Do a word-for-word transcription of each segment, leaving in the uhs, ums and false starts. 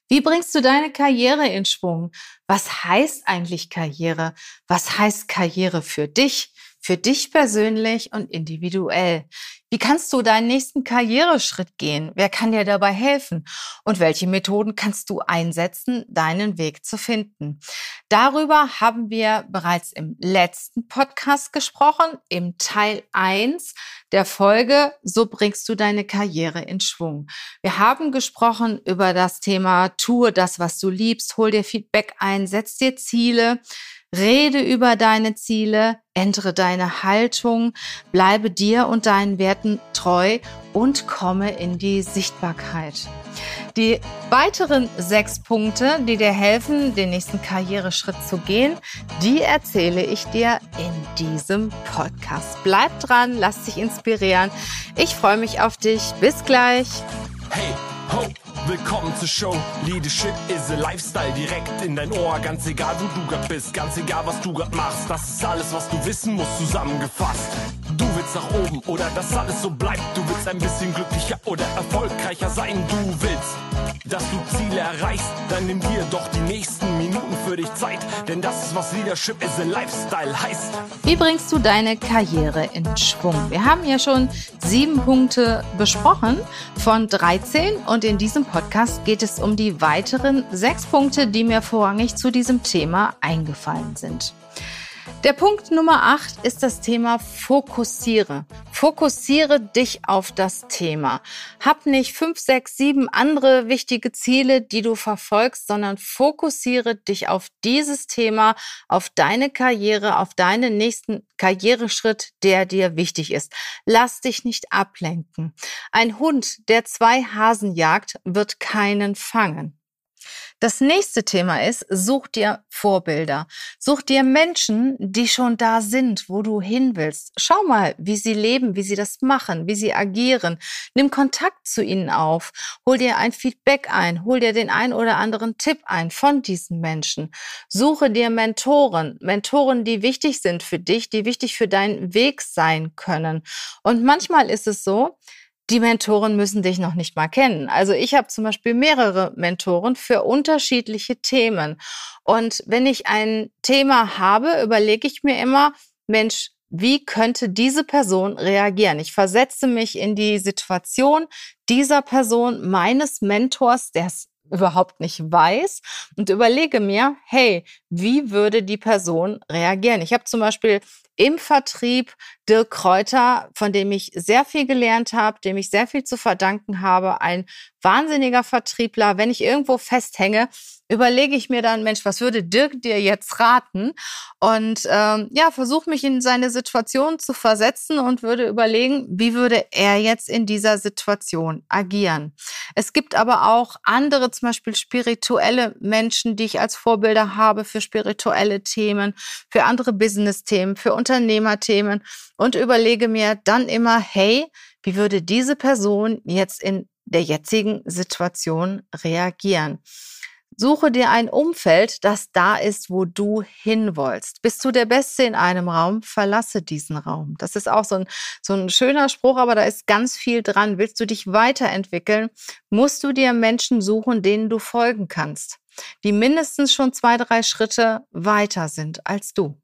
Wie bringst du deine Karriere in Schwung? Was heißt eigentlich Karriere? Was heißt Karriere für dich, für dich persönlich und individuell? Wie kannst du deinen nächsten Karriereschritt gehen? Wer kann dir dabei helfen? Und welche Methoden kannst du einsetzen, deinen Weg zu finden? Darüber haben wir bereits im letzten Podcast gesprochen, im Teil eins der Folge So bringst du deine Karriere in Schwung. Wir haben gesprochen über das Thema Tue das, was du liebst, hol dir Feedback ein, setz dir Ziele, rede über deine Ziele, ändere deine Haltung, bleibe dir und deinen Werten treu und komme in die Sichtbarkeit. Die weiteren sechs Punkte, die dir helfen, den nächsten Karriereschritt zu gehen, die erzähle ich dir in diesem Podcast. Bleib dran, lass dich inspirieren. Ich freue mich auf dich. Bis gleich. Hey, ho, willkommen zur Show. Leadership is a Lifestyle, direkt in dein Ohr. Ganz egal, wo du grad bist, ganz egal, was du grad machst. Das ist alles, was du wissen musst, zusammengefasst. Du willst nach oben oder dass alles so bleibt. Du willst ein bisschen glücklicher oder erfolgreicher sein. Du willst, dass du Ziele erreichst. Dann nimm dir doch die nächsten Minuten für dich Zeit. Denn das ist, was Leadership is a Lifestyle heißt. Wie bringst du deine Karriere in Schwung? Wir haben ja schon sieben Punkte besprochen von dreizehn und in diesem Podcast geht es um die weiteren sechs Punkte, die mir vorrangig zu diesem Thema eingefallen sind. Der Punkt Nummer acht ist das Thema Fokussiere. Fokussiere dich auf das Thema. Hab nicht fünf, sechs, sieben andere wichtige Ziele, die du verfolgst, sondern fokussiere dich auf dieses Thema, auf deine Karriere, auf deinen nächsten Karriereschritt, der dir wichtig ist. Lass dich nicht ablenken. Ein Hund, der zwei Hasen jagt, wird keinen fangen. Das nächste Thema ist, such dir Vorbilder. Such dir Menschen, die schon da sind, wo du hin willst. Schau mal, wie sie leben, wie sie das machen, wie sie agieren. Nimm Kontakt zu ihnen auf. Hol dir ein Feedback ein. Hol dir den ein oder anderen Tipp ein von diesen Menschen. Suche dir Mentoren. Mentoren, die wichtig sind für dich, die wichtig für deinen Weg sein können. Und manchmal ist es so, die Mentoren müssen dich noch nicht mal kennen. Also ich habe zum Beispiel mehrere Mentoren für unterschiedliche Themen. Und wenn ich ein Thema habe, überlege ich mir immer, Mensch, wie könnte diese Person reagieren? Ich versetze mich in die Situation dieser Person, meines Mentors, der es überhaupt nicht weiß, und überlege mir, hey, wie würde die Person reagieren? Ich habe zum Beispiel im Vertrieb Dirk Kräuter, von dem ich sehr viel gelernt habe, dem ich sehr viel zu verdanken habe, ein wahnsinniger Vertriebler. Wenn ich irgendwo festhänge, überlege ich mir dann, Mensch, was würde Dirk dir jetzt raten? Und ähm, ja, versuche mich in seine Situation zu versetzen und würde überlegen, wie würde er jetzt in dieser Situation agieren? Es gibt aber auch andere, zum Beispiel spirituelle Menschen, die ich als Vorbilder habe für spirituelle Themen, für andere Business-Themen, für Unternehmerthemen und überlege mir dann immer, hey, wie würde diese Person jetzt in der jetzigen Situation reagieren? Suche dir ein Umfeld, das da ist, wo du hin willst. Bist du der Beste in einem Raum, verlasse diesen Raum. Das ist auch so ein, so ein schöner Spruch, aber da ist ganz viel dran. Willst du dich weiterentwickeln, musst du dir Menschen suchen, denen du folgen kannst, die mindestens schon zwei, drei Schritte weiter sind als du.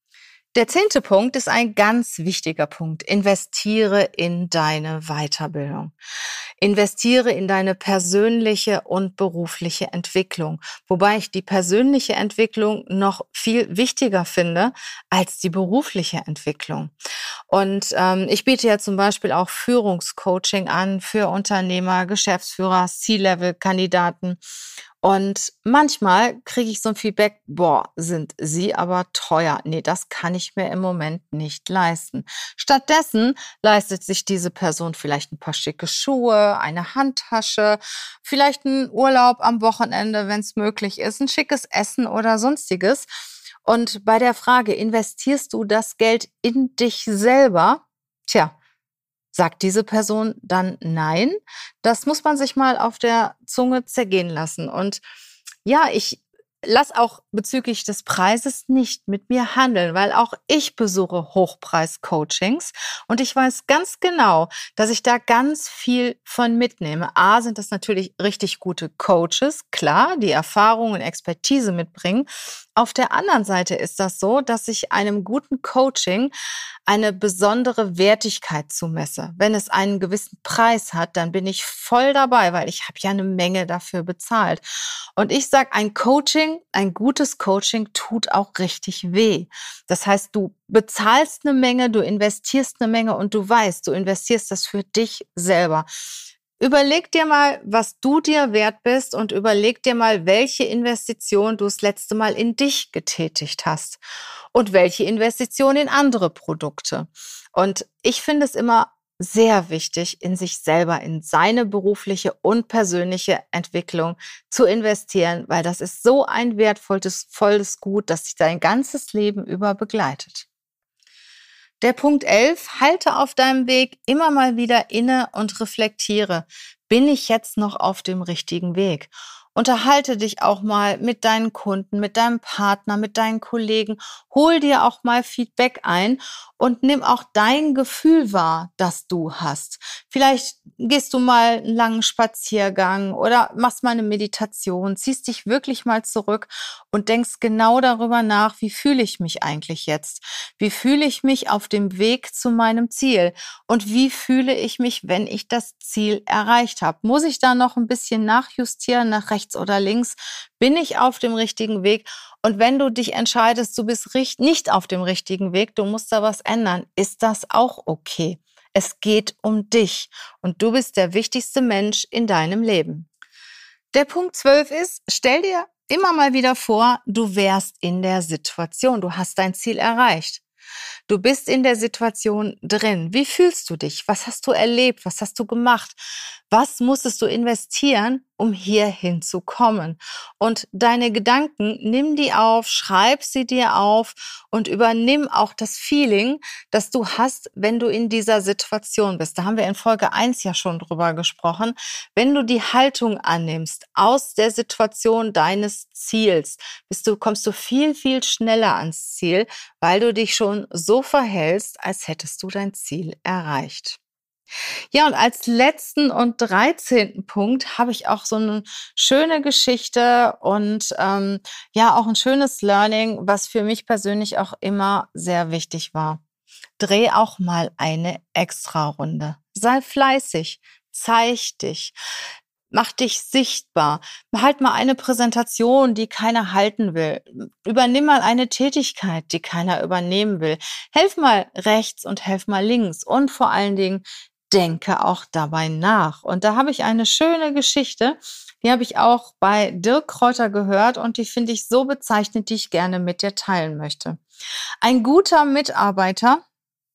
Der zehnte Punkt ist ein ganz wichtiger Punkt. Investiere in deine Weiterbildung. Investiere in deine persönliche und berufliche Entwicklung. Wobei ich die persönliche Entwicklung noch viel wichtiger finde als die berufliche Entwicklung. Und ähm, ich biete ja zum Beispiel auch Führungscoaching an für Unternehmer, Geschäftsführer, C-Level-Kandidaten. Und manchmal kriege ich so ein Feedback, boah, sind sie aber teuer. Nee, das kann ich mir im Moment nicht leisten. Stattdessen leistet sich diese Person vielleicht ein paar schicke Schuhe, eine Handtasche, vielleicht einen Urlaub am Wochenende, wenn es möglich ist, ein schickes Essen oder sonstiges. Und bei der Frage, investierst du das Geld in dich selber? Tja, sagt diese Person dann nein? Das muss man sich mal auf der Zunge zergehen lassen. Und ja, ich lass auch bezüglich des Preises nicht mit mir handeln, weil auch ich besuche Hochpreis-Coachings und ich weiß ganz genau, dass ich da ganz viel von mitnehme. A, sind das natürlich richtig gute Coaches, klar, die Erfahrung und Expertise mitbringen. Auf der anderen Seite ist das so, dass ich einem guten Coaching eine besondere Wertigkeit zumesse. Wenn es einen gewissen Preis hat, dann bin ich voll dabei, weil ich habe ja eine Menge dafür bezahlt. Und ich sage, ein Coaching, ein gutes Coaching tut auch richtig weh. Das heißt, du bezahlst eine Menge, du investierst eine Menge und du weißt, du investierst das für dich selber. Überleg dir mal, was du dir wert bist und überleg dir mal, welche Investition du das letzte Mal in dich getätigt hast und welche Investition in andere Produkte. Und ich finde es immer sehr wichtig, in sich selber, in seine berufliche und persönliche Entwicklung zu investieren, weil das ist so ein wertvolles, volles Gut, das sich dein ganzes Leben über begleitet. Der Punkt elf, halte auf deinem Weg immer mal wieder inne und reflektiere. Bin ich jetzt noch auf dem richtigen Weg? Unterhalte dich auch mal mit deinen Kunden, mit deinem Partner, mit deinen Kollegen. Hol dir auch mal Feedback ein und nimm auch dein Gefühl wahr, das du hast. Vielleicht gehst du mal einen langen Spaziergang oder machst mal eine Meditation, ziehst dich wirklich mal zurück und denkst genau darüber nach, wie fühle ich mich eigentlich jetzt? Wie fühle ich mich auf dem Weg zu meinem Ziel? Und wie fühle ich mich, wenn ich das Ziel erreicht habe? Muss ich da noch ein bisschen nachjustieren, nach rechts oder links? Bin ich auf dem richtigen Weg? Und wenn du dich entscheidest, du bist nicht auf dem richtigen Weg, du musst da was ändern, ist das auch okay. Es geht um dich und du bist der wichtigste Mensch in deinem Leben. Der Punkt zwölf ist, stell dir immer mal wieder vor, du wärst in der Situation, du hast dein Ziel erreicht. Du bist in der Situation drin. Wie fühlst du dich? Was hast du erlebt? Was hast du gemacht? Was musstest du investieren, um hierhin zu kommen? Und deine Gedanken, nimm die auf, schreib sie dir auf und übernimm auch das Feeling, das du hast, wenn du in dieser Situation bist. Da haben wir in Folge eins ja schon drüber gesprochen. Wenn du die Haltung annimmst aus der Situation deines Ziels, bist du, kommst du viel, viel schneller ans Ziel, weil du dich schon so verhältst, als hättest du dein Ziel erreicht. Ja, und als letzten und dreizehnten Punkt habe ich auch so eine schöne Geschichte und ähm, ja, auch ein schönes Learning, was für mich persönlich auch immer sehr wichtig war. Dreh auch mal eine Extra-Runde. Sei fleißig, zeig dich. Mach dich sichtbar. Halt mal eine Präsentation, die keiner halten will. Übernimm mal eine Tätigkeit, die keiner übernehmen will. Helf mal rechts und helf mal links. Und vor allen Dingen, denke auch dabei nach. Und da habe ich eine schöne Geschichte, die habe ich auch bei Dirk Kräuter gehört und die finde ich so bezeichnend, die ich gerne mit dir teilen möchte. Ein guter Mitarbeiter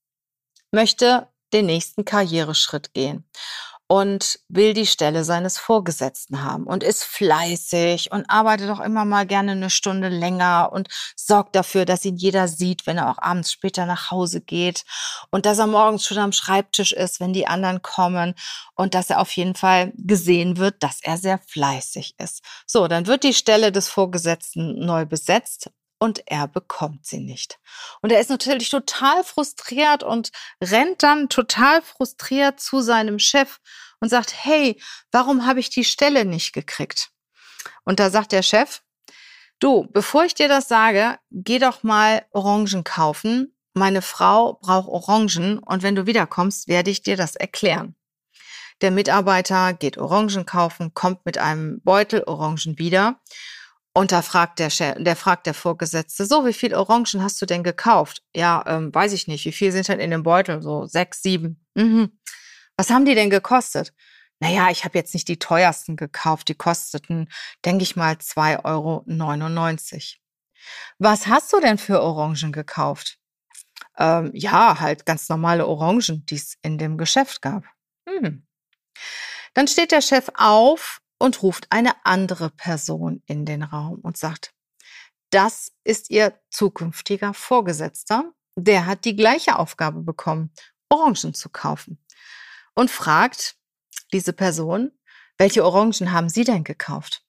möchte den nächsten Karriereschritt gehen und will die Stelle seines Vorgesetzten haben und ist fleißig und arbeitet auch immer mal gerne eine Stunde länger und sorgt dafür, dass ihn jeder sieht, wenn er auch abends später nach Hause geht und dass er morgens schon am Schreibtisch ist, wenn die anderen kommen und dass er auf jeden Fall gesehen wird, dass er sehr fleißig ist. So, dann wird die Stelle des Vorgesetzten neu besetzt. Und er bekommt sie nicht. Und er ist natürlich total frustriert und rennt dann total frustriert zu seinem Chef und sagt, hey, warum habe ich die Stelle nicht gekriegt? Und da sagt der Chef, du, bevor ich dir das sage, geh doch mal Orangen kaufen. Meine Frau braucht Orangen und wenn du wiederkommst, werde ich dir das erklären. Der Mitarbeiter geht Orangen kaufen, kommt mit einem Beutel Orangen wieder. Und da fragt der, Chef, der fragt der Vorgesetzte, so, wie viel Orangen hast du denn gekauft? Ja, ähm, weiß ich nicht. Wie viel sind denn in dem Beutel? So sechs, sieben. Mhm. Was haben die denn gekostet? Naja, ich habe jetzt nicht die teuersten gekauft. Die kosteten, denke ich mal, zwei Euro neunundneunzig. Was hast du denn für Orangen gekauft? Ähm, ja, halt ganz normale Orangen, die es in dem Geschäft gab. Mhm. Dann steht der Chef auf und ruft eine andere Person in den Raum und sagt, das ist Ihr zukünftiger Vorgesetzter, der hat die gleiche Aufgabe bekommen, Orangen zu kaufen. Und fragt diese Person, welche Orangen haben Sie denn gekauft?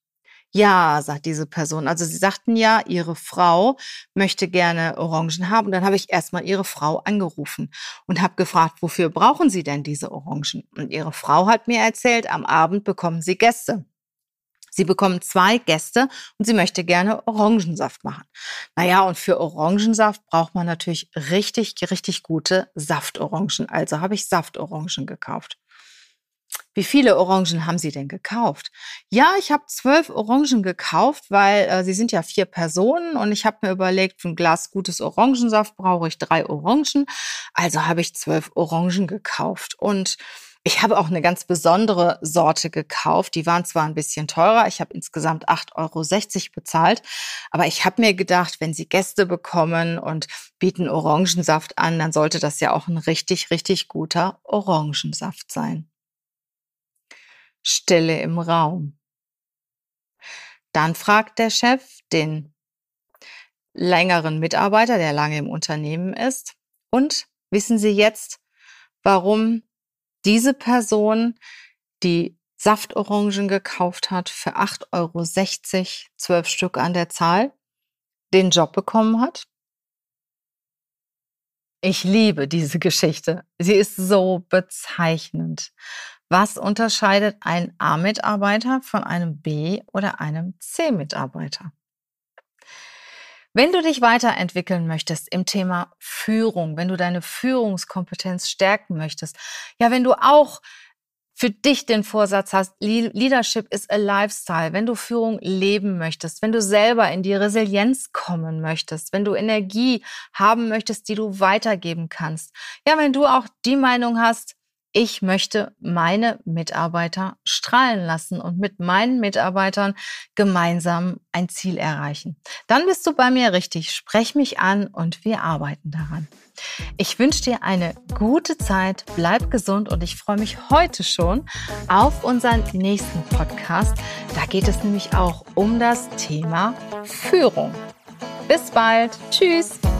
Ja, sagt diese Person. Also sie sagten ja, ihre Frau möchte gerne Orangen haben. Und dann habe ich erstmal ihre Frau angerufen und habe gefragt, wofür brauchen Sie denn diese Orangen? Und ihre Frau hat mir erzählt, am Abend bekommen sie Gäste. Sie bekommen zwei Gäste und sie möchte gerne Orangensaft machen. Naja, und für Orangensaft braucht man natürlich richtig, richtig gute Saftorangen. Also habe ich Saftorangen gekauft. Wie viele Orangen haben Sie denn gekauft? Ja, ich habe zwölf Orangen gekauft, weil äh, Sie sind ja vier Personen und ich habe mir überlegt, für ein Glas gutes Orangensaft brauche ich drei Orangen. Also habe ich zwölf Orangen gekauft. Und ich habe auch eine ganz besondere Sorte gekauft. Die waren zwar ein bisschen teurer, ich habe insgesamt acht Euro sechzig bezahlt, aber ich habe mir gedacht, wenn Sie Gäste bekommen und bieten Orangensaft an, dann sollte das ja auch ein richtig, richtig guter Orangensaft sein. Stille im Raum. Dann fragt der Chef den längeren Mitarbeiter, der lange im Unternehmen ist, und wissen Sie jetzt, warum diese Person, die Saftorangen gekauft hat für acht Euro sechzig, zwölf Stück an der Zahl, den Job bekommen hat? Ich liebe diese Geschichte. Sie ist so bezeichnend. Was unterscheidet ein A-Mitarbeiter von einem B- oder einem C-Mitarbeiter? Wenn du dich weiterentwickeln möchtest im Thema Führung, wenn du deine Führungskompetenz stärken möchtest, ja, wenn du auch für dich den Vorsatz hast, Leadership is a Lifestyle, wenn du Führung leben möchtest, wenn du selber in die Resilienz kommen möchtest, wenn du Energie haben möchtest, die du weitergeben kannst, ja, wenn du auch die Meinung hast, ich möchte meine Mitarbeiter strahlen lassen und mit meinen Mitarbeitern gemeinsam ein Ziel erreichen. Dann bist du bei mir richtig. Sprech mich an und wir arbeiten daran. Ich wünsche dir eine gute Zeit, bleib gesund und ich freue mich heute schon auf unseren nächsten Podcast. Da geht es nämlich auch um das Thema Führung. Bis bald. Tschüss.